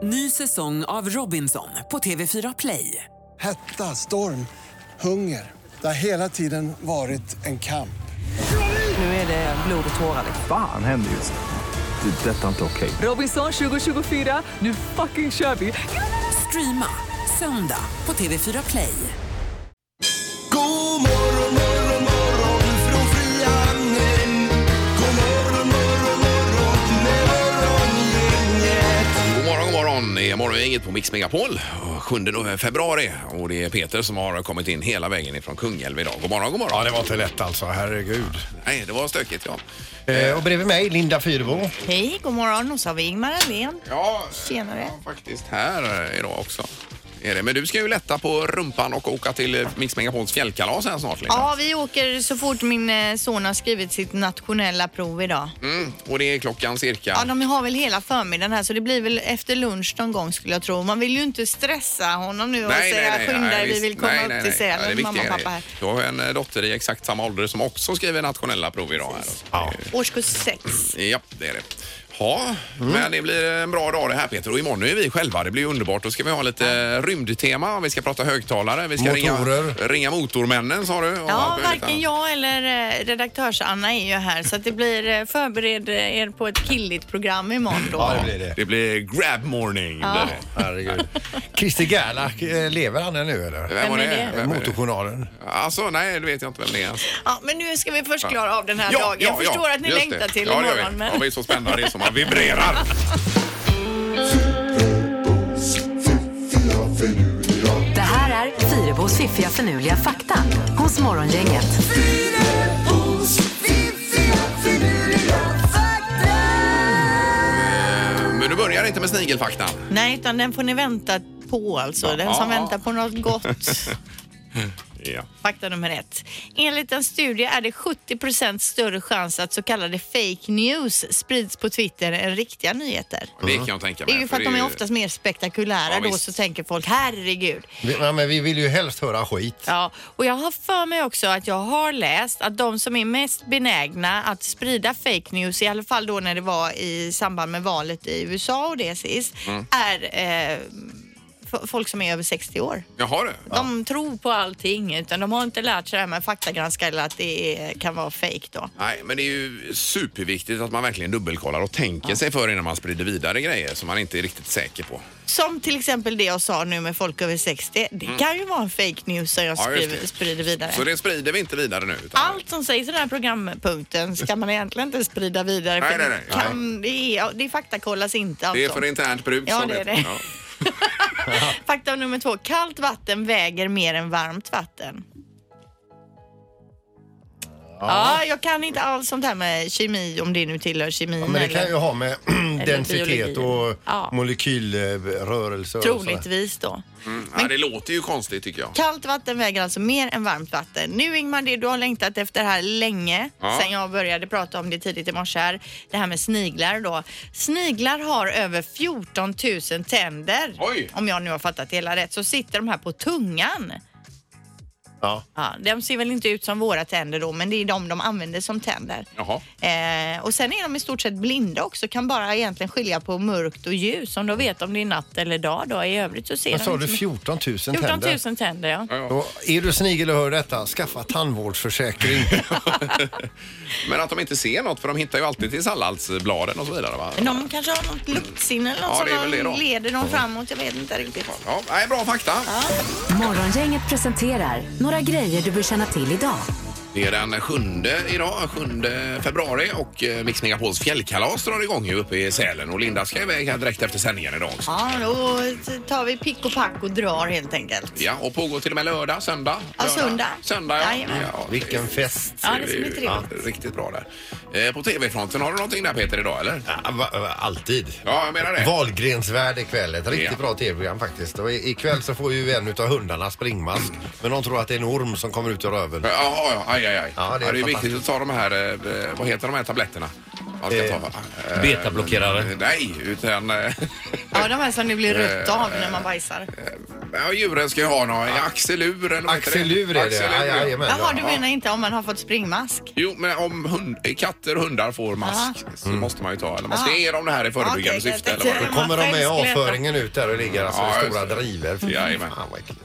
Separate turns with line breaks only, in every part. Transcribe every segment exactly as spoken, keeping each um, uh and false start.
Ny säsong av Robinson på T V fyra Play.
Hetta, storm, hunger. Det har hela tiden varit en kamp.
Nu är det blod och tårar.
Fan händer just det. Det är detta inte okej.
Robinson tjugo tjugofyra, nu fucking kör vi. Streama söndag på T V fyra Play.
God morgon, morgon, morgon från Frihamnen. God morgon, morgon, morgon med morgongänget.
God morgon, god morgon. Det är morgongänget på Mix Megapol. sjunde februari. Och det är Peter som har kommit in hela vägen ifrån Kungälv idag. God morgon, god morgon.
Ja, det var inte lätt alltså, herregud.
Nej, det var stökigt, ja.
Eh, och bredvid mig, Linda Fyrebo.
Hej, god morgon. Och så har vi Ingmar Ahlén.
Ja,
Tjenare.
ja, faktiskt här idag också. Är det. Men du ska ju lätta på rumpan och åka till Mix Megapols fjällkalas här snart, Linda.
Ja, vi åker så fort min son har skrivit sitt nationella prov idag.
Mm, och det är klockan cirka...
Ja, de har väl hela förmiddagen här så det blir väl efter lunch någon gång skulle jag tro. Man vill ju inte stressa honom nu och
Nej,
säga
nej, nej,
skynda
nej,
vi vill komma
nej,
upp
nej,
till
nej.
Sälen,
Ja, det är
mamma och
viktiga
pappa här.
grejer. Du har en dotter i exakt samma ålder som också skriver nationella prov idag här.
Ja.
Årskurs sex.
Ja, det är det. Ja, men det blir en bra dag det här, Peter. Och imorgon är vi själva. Det blir underbart. Då ska vi ha lite ja. rymdtema. Vi ska prata högtalare. Vi ska
Motorer.
ringa, ringa motormännen, sa du.
Ja, varken jag eller redaktörs-Anna är ju här. Så att det blir förbered er på ett killigt program imorgon då.
Ja, det blir det.
Det blir grab morning.
Ja.
Blir det.
Herregud. Christer Gerlach, eh, lever han nu eller?
Vem var
är
det?
det?
Vem är det?
Motorjournalen.
Alltså, nej, det vet jag inte vem det är.
Ja, men nu ska vi först klara av den här dagen. Jag förstår att ni
just
längtar
det.
till
ja,
imorgon.
Ja,
Men...
ja, vi är så spända. Det är som man vibrerar.
Det här är Fyrebos fiffiga förnuliga fakta hos Morgongänget.
Fyrebos fiffiga förnuliga fakta.
Men du börjar inte med snigelfaktan.
Nej, utan den får ni vänta på alltså.
Ja,
den
ja,
som
ja.
väntar på något gott.
Ja.
Fakta nummer ett. Enligt en studie är det sjuttio procent större chans att så kallade fake news sprids på Twitter än riktiga nyheter.
Det kan jag tänka mig.
Det är ju för att de är oftast mer spektakulära.
Ja,
då
visst.
så tänker folk, herregud.
Vi, ja, men vi vill ju helst höra skit.
Ja, och jag har för mig också att jag har läst att de som är mest benägna att sprida fake news, i alla fall då när det var i samband med valet i U S A och det sist,
Mm.
är... Eh, folk som är över sextio år.
Jaha, det.
De tror på allting utan de har inte lärt sig det här med faktagranska eller att det är, kan vara fake då.
Nej, men det är ju superviktigt att man verkligen dubbelkollar och tänker ja. sig för innan man sprider vidare grejer som man inte är riktigt säker på.
Som till exempel det jag sa nu med folk över sextio. Det mm. kan ju vara en fake news som jag
ja,
skriver, sprider vidare.
Så det sprider vi inte vidare nu? Utan...
Allt som sägs i den här programpunkten ska man egentligen inte sprida vidare.
Nej,
för
nej, nej.
Kan, det, är, det faktakollas inte alltså.
Det är för internt bruk.
Ja,
som
det är det.
Ja.
Fakta nummer två. Kallt vatten väger mer än varmt vatten. Ja. ja, jag kan inte alls sånt här med kemi, om det nu tillhör kemi.
Ja, men det
eller,
kan ju ha med densitet och
ja.
molekylrörelser.
Troligtvis då.
Mm. Ja, det låter ju konstigt tycker jag.
Kallt vatten väger alltså mer än varmt vatten. Nu Ingmar, det du har längtat efter här länge,
ja.
sen jag började prata om det tidigt i morse här, det här med sniglar då. Sniglar har över fjorton tusen tänder.
Oj.
Om jag nu har fattat det hela rätt, så sitter de här på tungan.
Ja.
Ja, de ser väl inte ut som våra tänder då, men det är de de använder som tänder.
Jaha.
Eh, och sen är de i stort sett blinda också, kan bara egentligen skilja på mörkt och ljus, om de vet om det är natt eller dag då. I övrigt så ser
Men
de...
sa du
liksom
fjorton tusen tänder?
fjorton tusen tänder, ja.
Ja, ja.
Och är du snigel och hör detta, skaffa tandvårdsförsäkring.
Men att de inte ser något, för de hittar ju alltid till salladsbladen och så vidare, va?
Men de kanske har något luktsinne eller något
Ja, det är väl det
som
då.
de leder dem framåt, jag vet inte riktigt.
Ja, nej, bra fakta.
Ja.
Morgongänget presenterar några grejer du bör känna till idag.
Det är den sjunde idag, sjunde februari, och eh, Mix Megapols fjällkalas drar igång ju uppe i Sälen, och Linda ska iväg här direkt efter sändningen idag också.
Ja, då tar vi pick och pack och drar helt enkelt.
Ja, och pågår till och med lördag, söndag.
Ja,
lördag.
söndag.
Söndag, ja.
Jajamän.
ja.
Vilken fest.
Ja, det ska bli trevligt.
Ja, riktigt bra där. Eh, på tv-fronten, har du någonting där Peter idag, eller?
Ja, va, va, alltid.
Ja, jag menar det.
Valgrensvärd ikväll. Ett riktigt
Ja.
bra tv-program faktiskt. Och i- ikväll så får ju en utav hundarna springmask. Men de tror att det är en orm som kommer ut ur röven.
Ja, ja, aj, aj, aj.
Ja, det är
Ja, det är viktigt
fantastiskt.
att ta de här, eh, vad heter de här tabletterna? Man ska
Eh,
ta, eh,
betablockerare.
Nej, utan... eh,
Ja, de här som det blir rött av när man bajsar.
Ja, djuren ska ju ha någon axelur eller vad heter det?
Axelur är det.
Axelur,
Ja,
ja.
jajamän,
Jaha,
ja.
du menar inte om man har fått springmask?
Jo, men om hund, katter och hundar får mask så måste man ju ta, eller man ska ge dem det här i förebyggande
Okej,
syfte.
jag
Eller vad det
tänkte-
är.
Kommer de med
själv skulle äta.
avföringen ut där och ligger alltså
Ja,
i
just
stora
det.
driver. Fy
Jajamän.
fan, vad äckligt.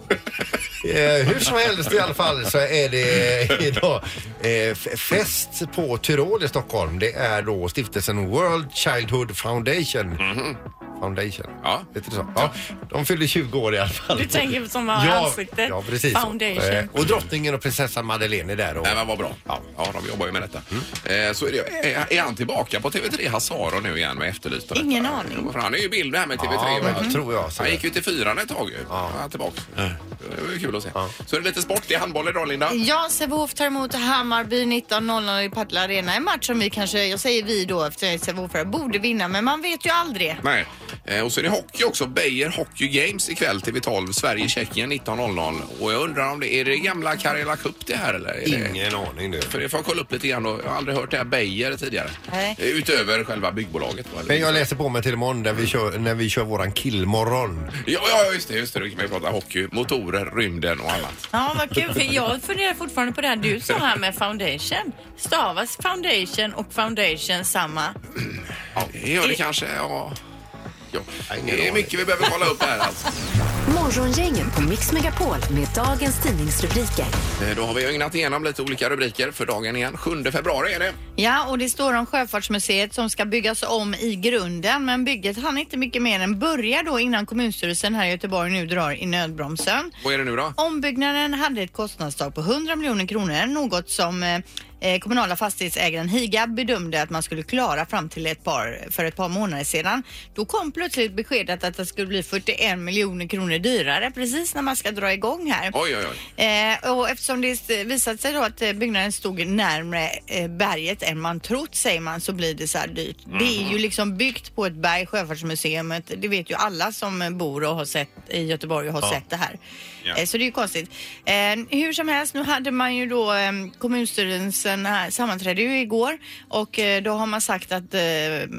Eh, hur som helst i alla fall så är det idag eh, f- fest på Tyrol i Stockholm. Det är då stiftelsen World Childhood Foundation. Foundation.
Ja.
Vet du så? Ja. De fyllde tjugo år i alla fall.
Du tänker som har
ja,
ansikte.
Ja, precis. så.
Foundation.
Eh, och drottningen och prinsessan Madeleine är där. Och,
Nej, men vad bra. Ja, ja, de jobbar ju med detta. Eh, så är, det, är, är han tillbaka på T V tre Hazaro nu igen med Efterlyst? och
Ingen
detta?
aning.
Jo, för han är ju bild här med T V tre.
Ja,
va?
men tror jag. Så
Han gick ju till fyran ett tag ju. Ja. Han är tillbaka. Det var ju kul att se. Så är det lite sport i handboll idag, Linda.
Ja, Sävehof tar emot Hammarby nitton noll noll i Partille Arena. En match som vi kanske, jag säger vi då efter Sävehof borde vinna, men man vet ju aldrig.
Nej. Eh, och så är det hockey också. Beijer Hockey Games ikväll T V tolv. Sverige-Tjeckien nitton noll noll. Och jag undrar om det är det gamla Karela Cup det här eller? Är det...
Ingen aning du.
För det får jag kolla upp lite grann och jag har aldrig hört det här Beijer tidigare.
Nej.
Eh, Utöver själva byggbolaget. va?
Men jag läser på mig till imorgon när vi kör, när vi kör våran killmorgon.
Ja, ja, just det. Just det. Då kan vi prata hockey, motorer, rymden och annat.
Ja, vad kul. För jag funderar fortfarande på det här du sa här med foundation. Stavas foundation och foundation samma?
Ja, det gör det kanske. Ja. Ja.
ingen
Det är
aning.
mycket vi behöver kolla upp här alltså.
Morgongänget på Mix Megapol med dagens tidningsrubriker.
Eh, Då har vi ögnat igenom lite olika rubriker för dagen igen. sjunde februari är det.
Ja, och det står om Sjöfartsmuseet som ska byggas om i grunden, men bygget hann inte mycket mer än börja då innan kommunstyrelsen här i Göteborg nu drar i nödbromsen.
Vad är det nu då?
Ombyggnaden hade ett kostnadstak på hundra miljoner kronor, något som eh, eh, kommunala fastighetsägaren Higab bedömde att man skulle klara fram till ett par, för ett par månader sedan. Då kom plötsligt beskedet att det skulle bli fyrtioen miljoner kronor dyrare precis när man ska dra igång här.
Oj, oj, oj.
Eh, och eftersom det visat sig då att eh, byggnaden stod närmare eh, berget än man trott, säger man, så blir det så här dyrt. Mm. Det är ju liksom byggt på ett berg, Sjöfartsmuseet. Det vet ju alla som bor och har sett i Göteborg och har
Ja.
sett det här.
Ja.
Eh, så det är ju konstigt. Eh, hur som helst, nu hade man ju då eh, kommunstyrelsen här, sammanträdde ju igår och eh, då har man sagt att eh,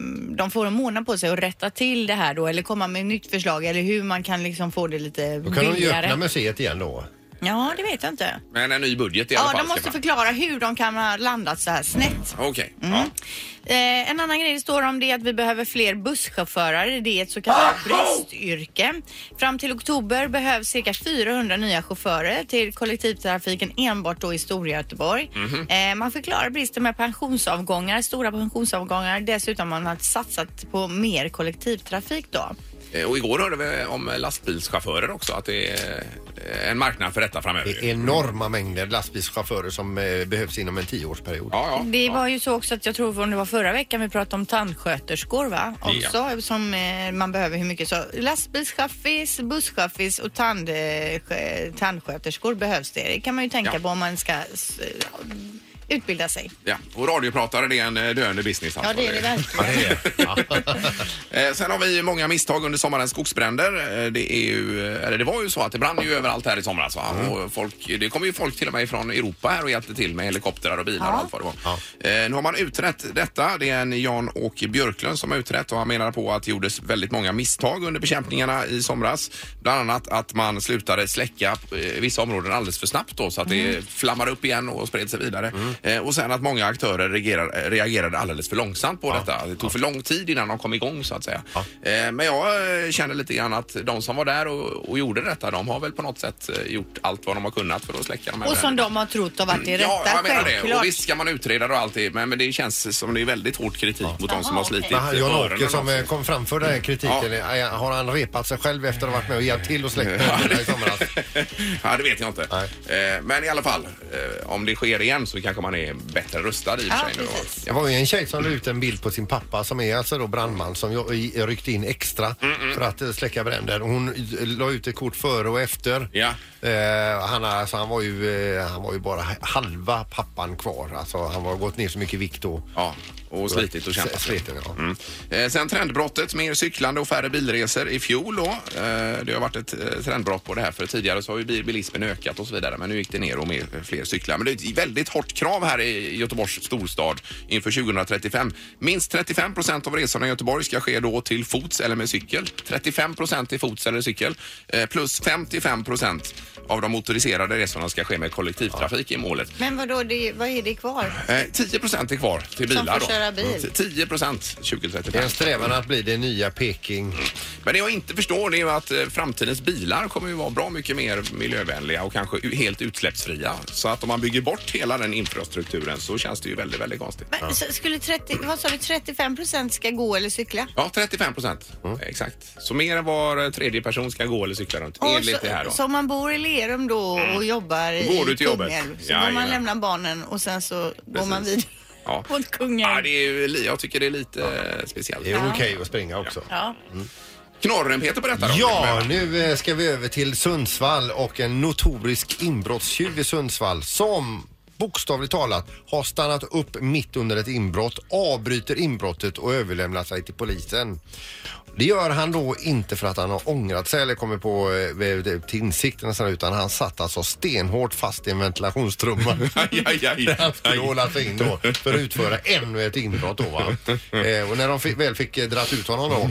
de får en månad på sig att rätta till det här då, eller komma med ett nytt förslag eller hur man kan liksom få det lite
Då kan de ju
billigare.
öppna museet igen då.
Ja, det vet jag inte.
Men en ny budget i alla
Ja,
fall.
de måste
ska man-
förklara hur de kan ha landat så här snett.
Okej.
Mm.
Ja.
Eh, en annan grej det står om det är att vi behöver fler busschaufförer. Det är ett så kallat bristyrke. Fram till oktober behövs cirka fyrahundra nya chaufförer till kollektivtrafiken enbart då i Stora Göteborg.
Mm-hmm.
Eh, man förklarar bristen med pensionsavgångar, stora pensionsavgångar. Dessutom har man satsat på mer kollektivtrafik då.
Eh, Och igår hörde vi om lastbilschaufförer också, att det är eh, en marknad för detta framöver.
Det är enorma mängder lastbilschaufförer som eh, behövs inom en tioårsperiod.
Ja, ja.
Det
ja.
var ju så också att jag tror om det var förra veckan vi pratade om tandsköterskor va? Också som eh, man behöver hur mycket så. Lastbilschaffis, busschaffis och tand, eh, tandsköterskor behövs det. Det kan man ju tänka
Ja.
på om man ska s- utbilda sig.
Ja. Och radiopratare, det är en eh, döende business.
Ja,
alltså.
det är det
Ja,
verkligen.
det är det. Ja.
Eh, Sen har vi många misstag under sommarens skogsbränder. Eh, Det är ju, eller det var ju så att det brann ju överallt här i somras. Va? Och folk, det kom ju folk till och med från Europa här och hjälpte till med helikoptrar och bilar
Ja.
och allt vad det var. Eh, Nu har man utrett detta. Det är en Jan-Åke Björklund som har utrett och han menar på att det gjordes väldigt många misstag under bekämpningarna i somras. Bland annat att man slutade släcka eh, vissa områden alldeles för snabbt då så att det flammar upp igen och spred sig vidare. Eh, Och sen att många aktörer reagerar, reagerade alldeles för långsamt på detta. Det tog för lång tid innan de kom igång så att säga. Eh, Men jag eh, känner lite grann att de som var där och, och gjorde detta, de har väl på något sätt eh, gjort allt vad de har kunnat för att släcka de här
Och som
bränderna.
de har trott har varit det
Ja,
rätta,
jag menar det.
självklart.
Och visst ska man utreda det och allt det, men, men det känns som det är väldigt hård kritik mot de som har slitit
Men han, Jan-Åke
öronen
som
av sig.
eh, kom framför den här kritiken, eh, har han repat sig själv efter att ha varit med och hjälpt till och släckt bränderna i somras?
Ja, det vet jag inte.
Nej.
Eh, Men i alla fall, eh, om det sker igen så kanske man är bättre rustad i och för
Ja,
sig. nu då.
precis.
Det var ju en tjej som la ut en bild på sin pappa som är alltså då brandman som ju- i- ryckte in extra för att eh, släcka bränder. Hon eh, la ut ett kort före och efter.
Ja.
Eh, han, alltså, han, var ju, eh, han var ju bara halva pappan kvar. Alltså, han var gått ner så mycket vikt då.
Ja, och slitit och kämpat.
Sliten, ja.
Mm. Eh, sen trendbrottet, mer cyklande och färre bilresor i fjol då. Eh, det har varit ett eh, trendbrott på det här, för tidigare så har ju bil- bilismen ökat och så vidare, men nu gick det ner och mer, fler cyklar. Men det är ett väldigt hårt krav här i Göteborgs storstad inför tjugohundratrettiofem. Minst trettiofem procent av resorna i Göteborg ska ske då till fots eller med cykel. trettiofem procent i fots eller cykel eh, plus femtiofem procent av de motoriserade resorna ska ske med kollektivtrafik i målet.
Men vadå, det, vad är det kvar?
Eh, tio procent är kvar till bilar.
Som får köra bil?
Då. tio procent tjugo trettiofem.
Det är en strävan att bli det nya Peking.
Men det jag inte förstår det är ju att eh, framtidens bilar kommer ju vara bra mycket mer miljövänliga och kanske u- helt utsläppsfria. Så att om man bygger bort hela den infrastrukturen så känns det ju väldigt, väldigt konstigt.
Men,
Ja.
så skulle trettio, vad sa du, trettiofem procent ska gå eller cykla?
Ja, trettiofem procent. Mm. Exakt. Så mer än var tredje person ska gå eller cykla runt.
Och
Enligt det här då.
så, så om man bor i Lerum då och jobbar i
Går du till jobbet?
Kungälv, så
Ja,
får man
jajamän.
lämna barnen och sen så går man vidare.
Ja.
Mot Kungälv.
Ja, det är ju, li- jag tycker det är lite eh, speciellt.
Det är okej att springa också.
Ja.
Knorren Peter på detta då?
Ja, nu eh, ska vi över till Sundsvall och en notorisk inbrottstjuv i Sundsvall som bokstavligt talat har stannat upp mitt under ett inbrott, avbryter inbrottet och överlämnar sig till polisen. Det gör han då inte för att han har ångrat sig eller kommit på eh, till insikten sådär, utan han satt alltså stenhårt fast i en ventilationstrumma.
Aj, aj, aj.
Där han skulle hålla sig in då för att utföra ännu ett inbrott då, va? Eh, och när de fick, väl fick eh, dratt ut honom då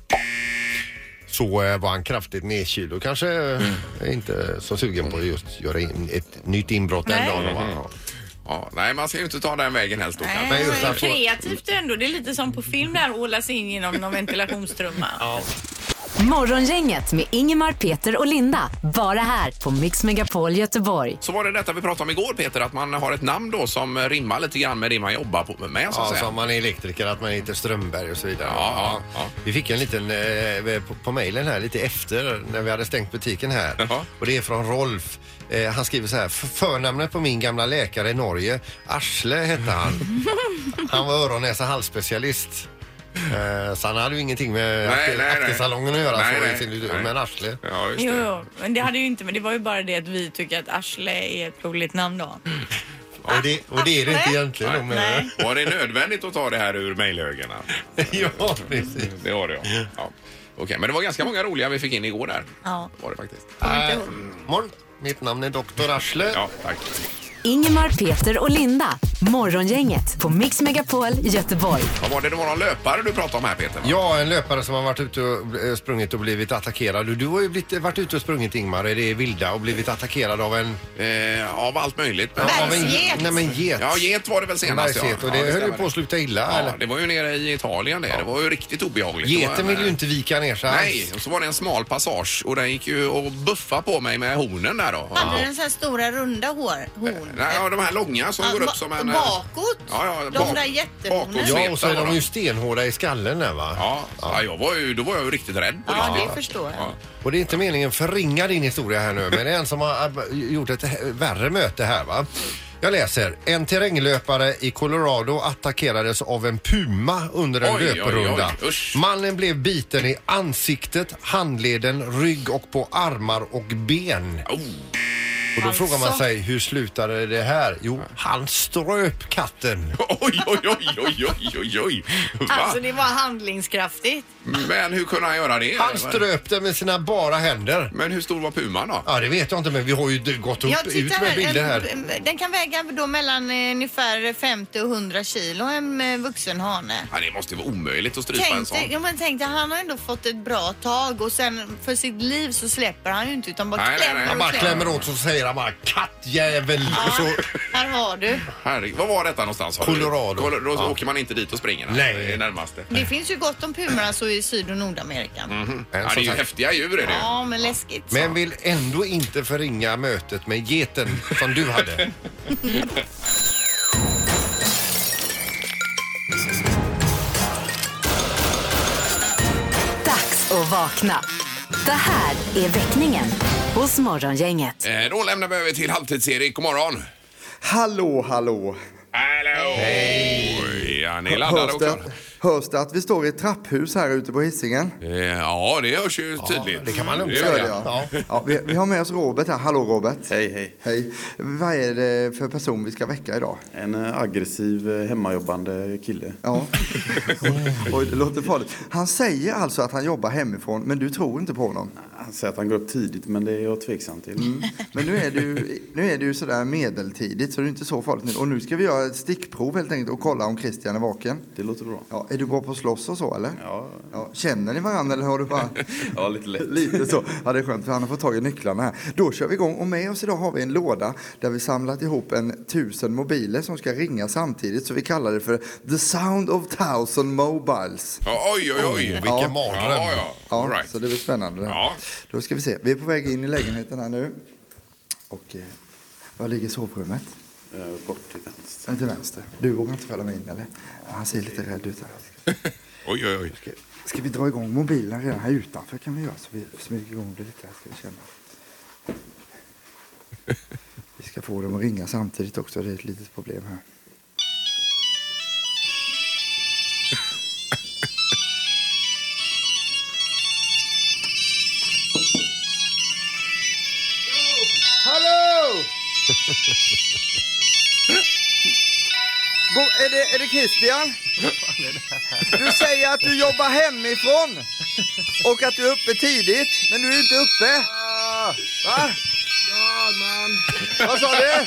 så eh, var han kraftigt nedkyld och kanske eh, inte så sugen på att just göra in ett nytt inbrott den
Nej.
dagen. Va?
Ja. Ja, nej, man ska ju inte ta den vägen helst då.
Nej,
kanske.
Men just
men
att få-
kreativt ändå. Det är lite som på film där, hålla sig in genom någon ventilationstrumma. Ja.
Morgongänget med Ingemar, Peter och Linda. Bara här på Mix Megapol Göteborg.
Så var det detta vi pratade om igår Peter, att man har ett namn då som rimmar lite grann med det man jobbar på, med så att
Ja,
säga.
som man är elektriker, att man heter Strömberg och så vidare.
Ja, ja, ja.
Vi fick en liten eh, på, på mejlen här lite efter när vi hade stängt butiken här.
Jaha.
Och det är från Rolf. Eh, han skriver så här: "För- förnamnet på min gamla läkare i Norge, Arsle hette han. Han var öron-, näsa-, halsspecialist. Eh, så han hade ju ingenting med
Nej,
akte-
nej, nej.
aktesalongen att göra,
Nej,
så
nej,
i sin,
nej.
men Arsle.
Ja, just
Jo,
det.
jo, men det hade ju inte, men det var ju bara det att vi tycker att Arsle är ett roligt namn då.
Och det, och det är det inte egentligen. då, men-
Nej.
Var det nödvändigt att ta det här ur mejlhögarna?
Ja, precis.
Det var det, ja. ja. Okej, men det var ganska många roliga vi fick in igår där.
Ja.
Var det faktiskt.
Äh, morgon. Mitt namn är doktor Arsle.
Ja, tack.
Ingemar, Peter och Linda. Morgongänget på Mix Megapol Göteborg.
Vad var det? Det var någon löpare du pratade om här Peter? va?
Ja, en löpare som har varit ute och eh, sprungit och blivit attackerad. Du har ju blivit, varit ute och sprungit, Ingmar, i det vilda och blivit attackerad av en...
Eh, av allt möjligt. Men...
av en
Bergsget.
Nej, men get.
Ja, get var det väl senast.
Bergsget, och
ja.
det
Ja,
höll ju
stämmer.
på att sluta illa.
Ja,
eller?
det var ju nere i Italien det. Det var ju riktigt obehagligt.
Geten
Det var-
vill ju inte vika ner sig
Nej,
alls.
och så var det en smal passage och den gick ju och buffa på mig med hornen där då.
Hade den så här stora runda hår, horn?
Nej, ja, de här långa som
Ja,
går upp
ba-
som en...
bakåt?
Ja, ja,
De
bak-
där jättehornen?
bakåt.
Ja, och så är de ju stenhårda i skallen där, va?
Ja, ja. jag var ju, då var jag ju riktigt rädd på
Ja,
riktigt.
det förstår jag.
Ja.
Och det är inte meningen förringa din historia här nu, men det är en som har äh, gjort ett h- värre möte här, va? Jag läser. En terränglöpare i Colorado attackerades av en puma under en
Oj, oj, oj,
löprunda.
usch.
Mannen blev biten i ansiktet, handleden, rygg och på armar och ben.
Oh.
Och då
Alltså.
frågar man sig, hur slutade det här? Jo, han ströp katten.
Oj, oj, oj, oj, oj, oj, oj. Va?
Alltså det var handlingskraftigt.
Men hur kunde han göra det?
Han ströp den med sina bara händer.
Men hur stor var puman då?
Ja, det vet jag inte, men vi har ju d- gått upp,
Jag
ut
tittar
med
här,
bilder här.
en, den kan väga då mellan eh, ungefär femtio och hundra kilo, en eh, vuxen hane.
Ja, det måste ju vara omöjligt att strypa en
Tänk
sån.
dig, ja, men tänk dig, han har ändå fått ett bra tag och sen för sitt liv så släpper han ju inte utan bara
Nej, nej,
klämmer
nej.
Han
och
bara
klämmer.
klämmer åt så säger han bara kattjävel. Och så,
Här har du.
Herregud, vad var detta någonstans? har du?
Colorado.
Colo- Då
Ja.
åker man inte dit och springer.
Nej.
Det är närmaste.
Det finns ju gott om pumor alltså i Syd- och Nordamerika.
Mhm.
Men
Ja,
som
det är ju
sagt-
häftiga djur är det ju.
Ja, men läskigt.
men vill ändå inte förringa mötet med geten som du hade.
Dags att vakna. Det här är väckningen hos Morgongänget.
Eh, Då lämnar vi över till Halvtids-Erik. God morgon.
Hallå, hallå.
Hallå! Hej! Ja, ni laddade
Hörs det,
också.
hörs det att vi står i ett trapphus här ute på Hisingen?
Eh, Ja, det hörs ju tydligt.
det kan man lugnt
Det
Gör
gör
det,
det.
ja. Ja, vi, vi har med oss Robert här. Hallå Robert.
Hej, hej.
Hej. Vad är det för person vi ska väcka idag?
En eh, aggressiv eh, hemmajobbande kille.
Ja. Oj, det låter farligt. Han säger alltså att han jobbar hemifrån, men du tror inte på honom?
Han säger att han går upp tidigt, men det är jag tveksam till.
Mm. Men nu är du, nu är du sådär medeltidigt, så det är inte så farligt nu. Och nu ska vi göra ett stickprov helt enkelt och kolla om Christian är vaken.
Det låter bra.
Ja, är Är du bra på att slåss och så, eller?
Ja.
Ja. Känner ni varandra eller har du bara...
Ja, lite lätt.
Lite så. Ja, det är skönt för han har fått tag i nycklarna här. Då kör vi igång. Och med oss idag har vi en låda där vi samlat ihop en tusen mobiler som ska ringa samtidigt. Så vi kallar det för The Sound of Thousand Mobiles.
Oj, oj, oj.
Vilken
Ja.
mardröm.
Ja, ja.
Ja,
All right.
så det blir spännande. Det här.
Ja.
Då ska vi se. Vi är på väg in i lägenheten här nu. Och eh, var ligger sovrummet?
Eh, Bort till vänster.
Till vänster. Du vågar inte följa med in, eller? Ja, han ser lite rädd ut här.
Oj, oj, oj.
Ska, ska vi dra igång mobilen redan här utanför kan vi göra så vi smyger igång det lite här ska vi känna. Vi ska få dem att ringa samtidigt också, det är ett litet problem här. Hallå! Bo- är, det, är det Christian? Du säger att du jobbar hemifrån och att du är uppe tidigt, men du är inte uppe. Va?
Ja, man.
Vad sa du?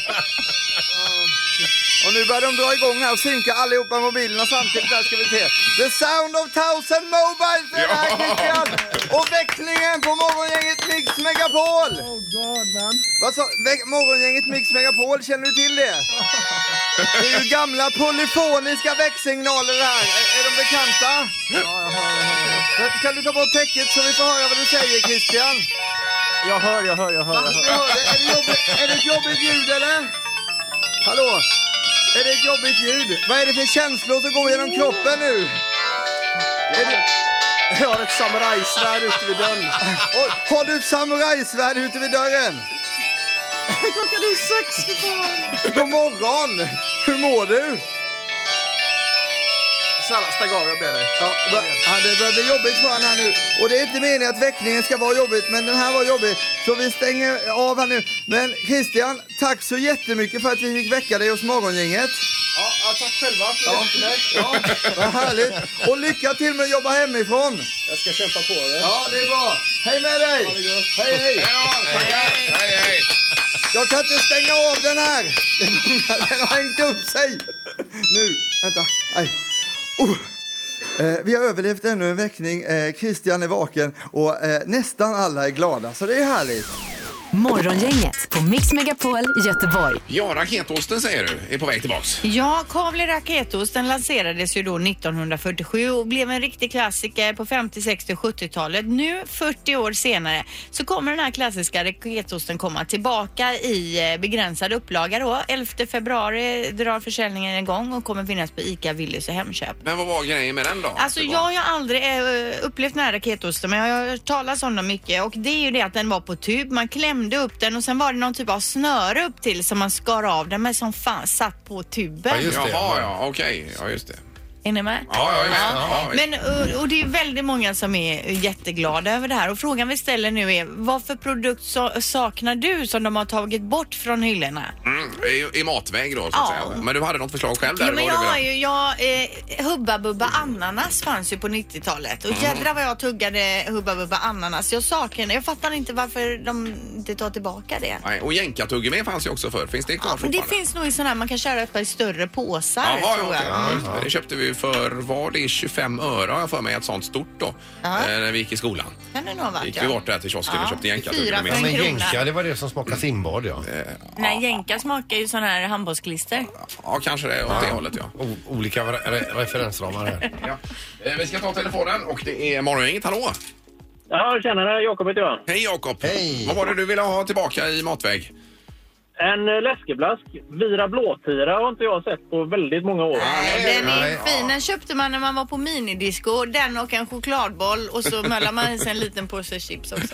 Och nu börjar de dra igång här och synka allihopa mobilerna samtidigt. Där ska vi se. The Sound of Thousand Mobiles är det här, Christian. Och växlingen på morgongänget Mix Megapol.
Oh God, man.
Vad sa Vä- morgongänget Mix Megapol, känner du till det? Det är ju gamla polyfoniska växtsignaler här. Är, är de bekanta?
Ja, jag hör, jag hör.
Kan du ta bort täcket så vi får höra vad du säger, Christian?
Jag hör, jag hör, jag hör.
Va? Du hör det? Är, det jobbigt, är det ett jobbigt ljud, eller? Hallå? Är det ett jobbigt ljud? Vad är det för känslor som går genom kroppen nu? Är det...
Jag har ett samurajsvärd ute vid dörren.
Oj, har du ett samurajsvärd ute vid dörren?
Klockan är sex, för fan.
God morgon! Hur mår du?
Snälla, stäng av, jag ber dig.
Ja, va- ja, det börjar bli jobbigt för han här nu. Och det är inte meningen att väckningen ska vara jobbigt, men den här var jobbig. Så vi stänger av här nu. Men Christian, tack så jättemycket för att vi fick väcka dig hos morgongänget.
Ja, ja, tack själva.
Ja. Ja, vad härligt. Och lycka till med att jobba hemifrån.
Jag ska kämpa på det.
Ja, det är bra. Hej med dig.
Ha det gott.
Hej, hej.
Hej, hej, hej.
Jag kan inte stänga av den här. Den har hängt upp sig. Nu, vänta. Aj. Oh. Eh, vi har överlevt ännu en väckning. Eh, Christian är vaken och eh, nästan alla är glada. Så det är härligt.
Morgongänget på Mix Megapol Göteborg.
Ja, raketosten säger du är på väg tillbaks.
Ja, Kavli raketost, den lanserades ju då nittonhundrafyrtiosju och blev en riktig klassiker på femtio, sextio och sjuttiotalet. Nu, fyrtio år senare, så kommer den här klassiska raketosten komma tillbaka i begränsad upplaga då. elfte februari drar försäljningen igång och kommer finnas på ICA, Willys och Hemköp.
Men vad var grejen med den då?
Alltså
Det var-
jag har ju aldrig eh, upplevt den här raketosten, men jag har hört talas om den mycket och det är ju det att den var på tub. Man klämde upp den och sen var det någon typ av snöre upp till som man skar av den med som fan satt på tuben.
Ja, just det.
Jaha, ja, okej. Ja, just det.
Är ni med?
Ja, ja, ja. ja, ja.
Men, och, och det är väldigt många som är jätteglada över det här och frågan vi ställer nu är vad för produkt så, saknar du som de har tagit bort från hyllorna?
Mm, i, I matväg då, så att
Ja.
säga. Men du hade något förslag själv där?
Ja, men
vad
jag
du
har
ville-
ju, jag, eh, Hubba Bubba Ananas fanns ju på nittiotalet och jädrar vad jag tuggade Hubba Bubba Ananas. Jag saknar, jag fattar inte varför de inte tar tillbaka det.
Nej, och jänkartuggummi fanns ju också för. Finns det kvar
Ja, men det
fortfarande?
finns nog i sådana här, man kan köra upp i större påsar
Jaha,
tror
ja,
jag.
okej.
Mm.
Ja, just det. Det köpte vi för, var det tjugofem öre har jag för mig, ett sånt stort då.
Ja.
Eh, när vi gick i skolan.
Kan det nog ha varit,
Gick
ja.
vi bort där till kiosken
Ja,
och köpte
fyra
jänkartuggummi.
för
Ja,
en
men
krona.
jänka, det var det som smakade simbad, ja.
Nej, jänka smakar ju sån här handbollsklister.
Ja, kanske det åt det hållet, ja.
O- olika re- re- referensramar här.
ja. Eh, vi ska ta telefonen och det är morgongänget. Hallå!
Ja, tjenare. Jakob heter jag.
Hej Jakob!
Hej.
Vad var det du ville ha tillbaka i matväg?
En eh, läskeblask. Vira blåtira har inte jag sett på väldigt många år.
Nej, den är
Nej,
fin. Den köpte man när man var på minidisco. Den och en chokladboll och så möllar man i sig en liten påse chips också.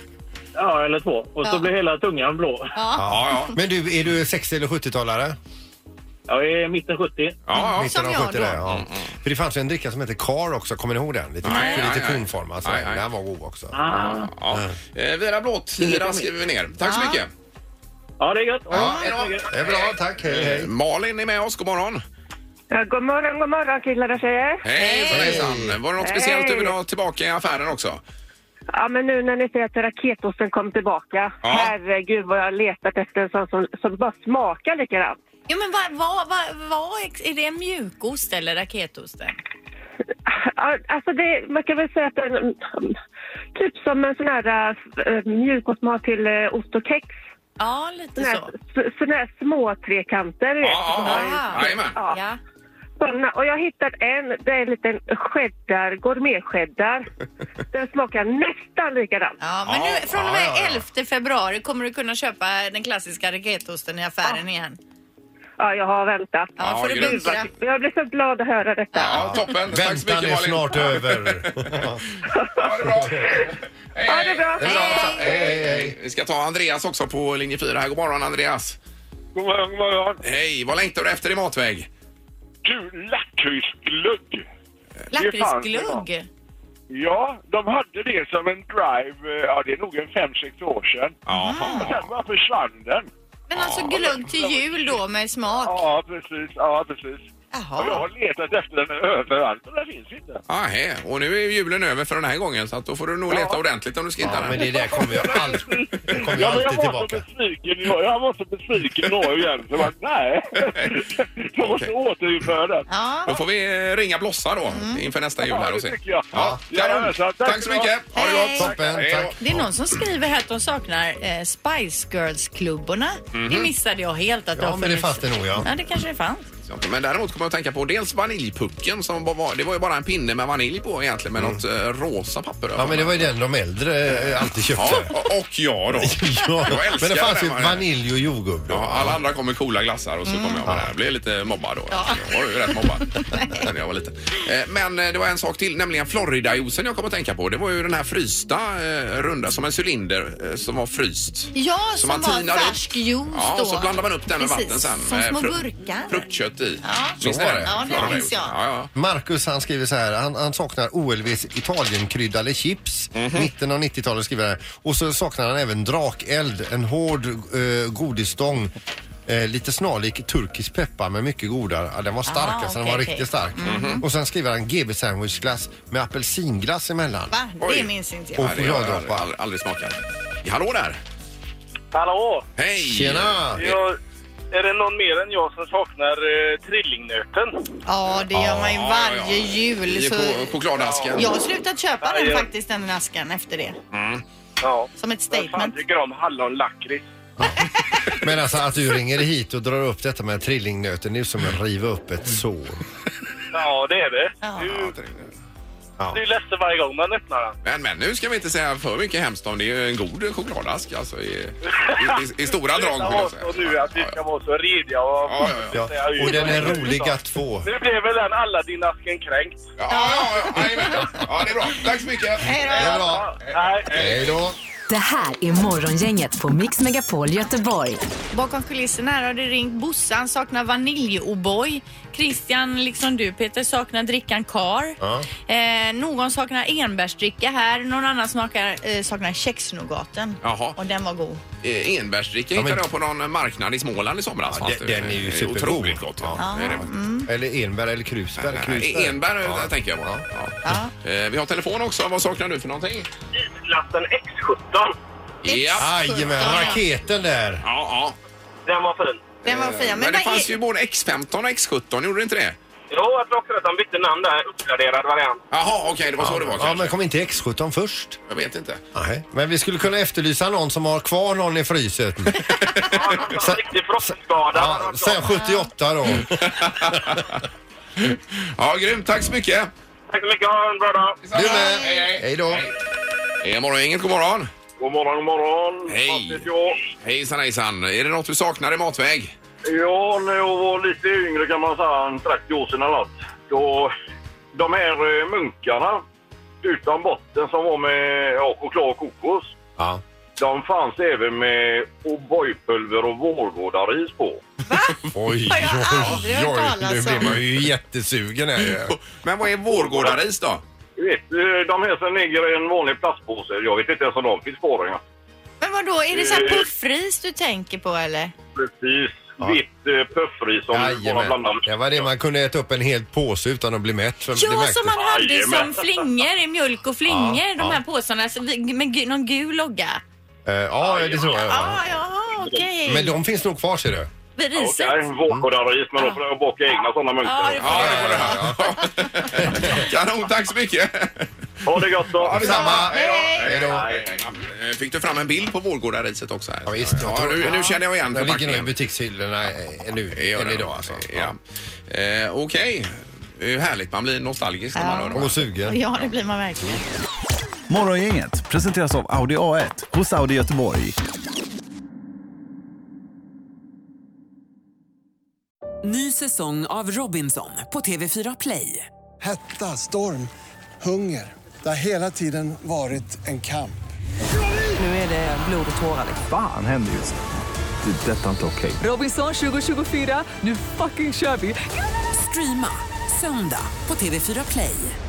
Ja, eller två. Och så
Ja.
blir hela tungan blå.
Ja.
Ja, ja.
Men du, är du sextio eller sjuttiotalare?
Jag är mitten sjuttio.
Ja, ja.
Mitten av
jag
sjuttio
då.
där, ja. För det fanns ju en dricka som heter Car också, kommer ni ihåg den? Lite,
Nej,
lite
nej, nej.
konformad, så
Nej, nej.
den var god också.
Ah.
ja. Eh, Vira blåtira skriver vi ner. Tack så
Ja.
mycket.
Ja, det är gött.
Ja,
Ja,
hej då.
Det är bra, tack. Hej, hej.
Eh, Malin är med oss, god morgon.
Ja, god morgon, god morgon killar och tjejer.
Hej, hejsan. Var det något speciellt du vill ha tillbaka i affären också?
Ja, men nu när ni säger att raketosten kom tillbaka.
Ja.
Herregud vad jag har letat efter en sån som, som bara smakar likadant.
Jo, men vad, vad, vad, vad, är det en mjukost eller raketosten?
Alltså det, man kan väl säga att det är en, typ som en sån här äh, mjukostmat till äh, ost och kex.
Ja, lite
sån här,
så.
S- såna här små trekanter.
Ja, ja, jajamän.
Ja.
Ja.
Såna, och jag har hittat en, det är en liten cheddar, gourmet-cheddar. Den smakar nästan likadant.
Ja, men nu från och med elfte februari kommer du kunna köpa den klassiska raketosten i affären
Ja.
igen.
Ja, jag har väntat.
Ja, får du bunkra.
Jag blir så glad att höra detta.
Ja, toppen. Tack så
Väntan
mycket,
är
Malin.
snart över.
Ha det bra.
Ja, det är bra.
Hej, hej, hej. Vi ska ta Andreas också på linje fyra här. God morgon, Andreas.
God morgon, god morgon.
Hej, vad längtar du efter i matväg?
Du, lakritsglögg.
Lakritsglögg?
Ja, de hade det som en drive, ja det är nog en fem, sex år sedan.
Jaha.
Och sen bara försvann den.
Men alltså glögg till jul då med smak?
Ja, precis. Ja, precis.
Jaha.
Och jag har letat efter den överallt och den finns inte.
Ahä, och nu är julen över för den här gången så att då får du nog leta ordentligt om du ska hitta
Ja,
den.
men det där kommer ju alltid, det kommer ju
Ja, men jag
alltid
var
tillbaka.
så besviken, jag, jag var så besviken då igen. Så jag, nej, jag måste återinföra den.
Ja.
Då får vi ringa Blossa då inför nästa jul här och se.
Ja, det tycker jag.
Ja,
Ja,
kanon.
så, tack
Tack så mycket. Ha det
Hej.
gott.
Toppen,
Hej då.
tack.
Det är någon som skriver här att de saknar eh, Spice Girls-klubborna. Det missade jag helt att
Ja,
har
men det
funnits.
fanns det nog, ja.
Ja, det kanske det fanns.
Så, men däremot kommer jag att tänka på dels vaniljpucken som var, det var ju bara en pinne med vanilj på egentligen med något eh, rosa papper.
Ja, men det var ju den de äldre eh, alltid köpte.
Ja, och- och jag då.
Ja,
Jag älskar
men det fanns ju
den här.
vanilj och jordgubb då.
Ja, alla andra kom med coola glassar och så kom jag med det här. Jag blev lite mobbad då. Jag var ju rätt mobbad när jag var liten. Eh, Men eh, det var en sak till, nämligen Florida-juicen jag kom att tänka på. Det var ju den här frysta, eh, runda som en cylinder eh, som var fryst.
Ja,
Så
som
man
var
tinar upp.
färsk juice
Ja,
då.
och så blandar man upp den med
Precis,
vatten sen.
som
med
små
frukt-
burkar.
Fruktkött i.
Ja.
Minns
Så
ni
var det.
Ja, det
Florida
minns jag.
Ja, ja.
Marcus han skriver så här, han, han saknar O L V:s Italienkryddade chips, mitten av nittiotalet skriver han. Och så saknar han även drakeld, en hård eh, godisstång, eh, lite snarlik turkisk peppar men mycket godare. Ja, den var stark,
Ah,
alltså, den
okej,
var
okej.
riktigt stark. Och sen skriver han G B sandwichglass med apelsinglass emellan.
Va?
Oj.
Det minns inte jag.
Och
Nej, det har jag
chokladdroppar.
aldrig, aldrig smakat. Ja, hallå där.
Hallå!
Hej!
Tjena!
Jag, är det någon mer än jag som saknar eh, trillingnöten?
Ja, det gör man ju
Ja,
varje
ja.
jul.
I
Så
ch- chokladasken.
jag har slutat köpa
Ja,
den
ja.
faktiskt, den askan efter det.
Ja.
Som ett
Jag fan
statement.
tycker om hallonlakrits.
Men alltså att du ringer hit och drar upp detta med trillingnöten, det är ju som att riva upp ett sår.
Ja, det är det.
Ja.
Du,
Ja.
du är ledsen varje gång man öppnar den.
Men, men nu ska vi inte säga för mycket hemskt om det. är ju en god chokladask alltså i, i, i, i stora drag vill jag säga.
Och nu att vi ska vara så rediga och...
Ja, ja,
Ja. Och den är rolig att få.
Nu blev väl den Aladdin-asken kränkt.
Ja, ja, ja, jajamän. Ja, det är bra. Tack så mycket.
Hej
Det är
då!
bra.
Nej.
Hej då.
Det här är Morgongänget på Mix Megapol Göteborg.
Bakom kulisserna här har det ringt Bossan, saknar vanilj-O'boy. Christian, liksom du Peter, saknar drickan Kar.
Ja.
Eh, någon saknar enbärsdricka här. Någon annan saknar, eh, saknar kexnougaten.
Jaha.
Och den var god.
Eh, Enbärsdricka
Ja, men-
hittade jag på någon marknad i Småland i somras.
Ja,
fanns
den-
det.
den är ju
Eh,
supergod.
Otroligt gott. Ja.
Ja.
Det är det faktiskt.
Eller enbär eller krusbär. krusbär.
Eh, Enbär
Ja.
ja. tänker jag på. Ja. Eh, Vi har telefon också. Vad saknar du för någonting?
Isglassen X sjutton.
Ja.
Jajamän, raketen där.
Ja, ja.
Den var fin.
Den var fin.
Men,
Men,
det
vad
fanns
är-
ju både X femton och X sjutton, gjorde det inte det?
Jo, jag tror också att de bytte namn där. Uppgraderad variant.
Jaha, okej, det var så det var
Ja,
kanske.
men kom inte X sjutton först?
Jag vet inte.
Nej. Men vi skulle kunna efterlysa någon som har kvar någon i frysen.
Ja, någon som var riktigt frostskadad.
Ja, sen sjuttioåtta då.
Ja, grymt. Tack så mycket.
Tack så mycket. Ha en bra dag.
Du med.
Hej, hej.
Hej då.
Hej, morgongänget, god morgon.
God morgon, god morgon.
Hej.
Mattis, ja.
Hejsan, hejsan. Är det något du saknar i matväg?
Ja, när jag var lite yngre kan man säga, en trettio år sedan eller något. Då, de här eh, munkarna utan botten som var med ja, choklad och kokos.
Ja.
De fanns även med O'boy-pulver och vårgårdaris på.
Oj, oj,
Har jag aldrig hört
oj.
talas
Nu blir
om.
man ju jättesugen här ju.
Men vad är vårgårdaris då?
Du vet, eh, de här som ligger i en vanlig plastpåse. Jag vet inte ens om de finns kvar. Ja.
Men vadå, är det så här puffris du tänker på eller?
Precis.
Ja.
Vitt eh, puffris som bara
Jajamän.
blandat.
Det var det man kunde äta upp en hel påse utan att bli mätt. För det
Ja,
märktes.
som man hade
Jajamän.
som flingor i mjölk och flingor,
Ja,
de här
ja.
påsarna så vi- med gu- någon gul logga.
Eh, Ja, det tror jag.
Ja, ja, okej.
Men de finns nog kvar, ser du.
riset.
Okej, vårgårdaris, men då får jag baka egna sådana munkar.
Ja, det får
Ja, det var det här. Kanon, tack så mycket.
Ha det gott då.
Ja, detsamma.
Hej då.
Hej då. Fick du fram en bild på vårgårdariset också här?
Ja, visst.
Ja, nu, nu känner jag igen
Den ligger ner i
förpackningen.
butikshyllorna nu, än idag alltså.
Ja. Eh, Okej. Det är härligt, man blir nostalgisk när man hör dem.
Och sugen.
Ja, det blir man verkligen.
Morgongänget presenteras av Audi A ett hos Audi Göteborg.
Ny säsong av Robinson på T V fyra Play.
Hetta, storm, hunger. Det har hela tiden varit en kamp.
Nu är det blod och tårar.
Fan händer just det. Det är detta inte okej.
Robinson tjugo tjugofyra, nu fucking kör vi! Streama söndag på T V fyra Play.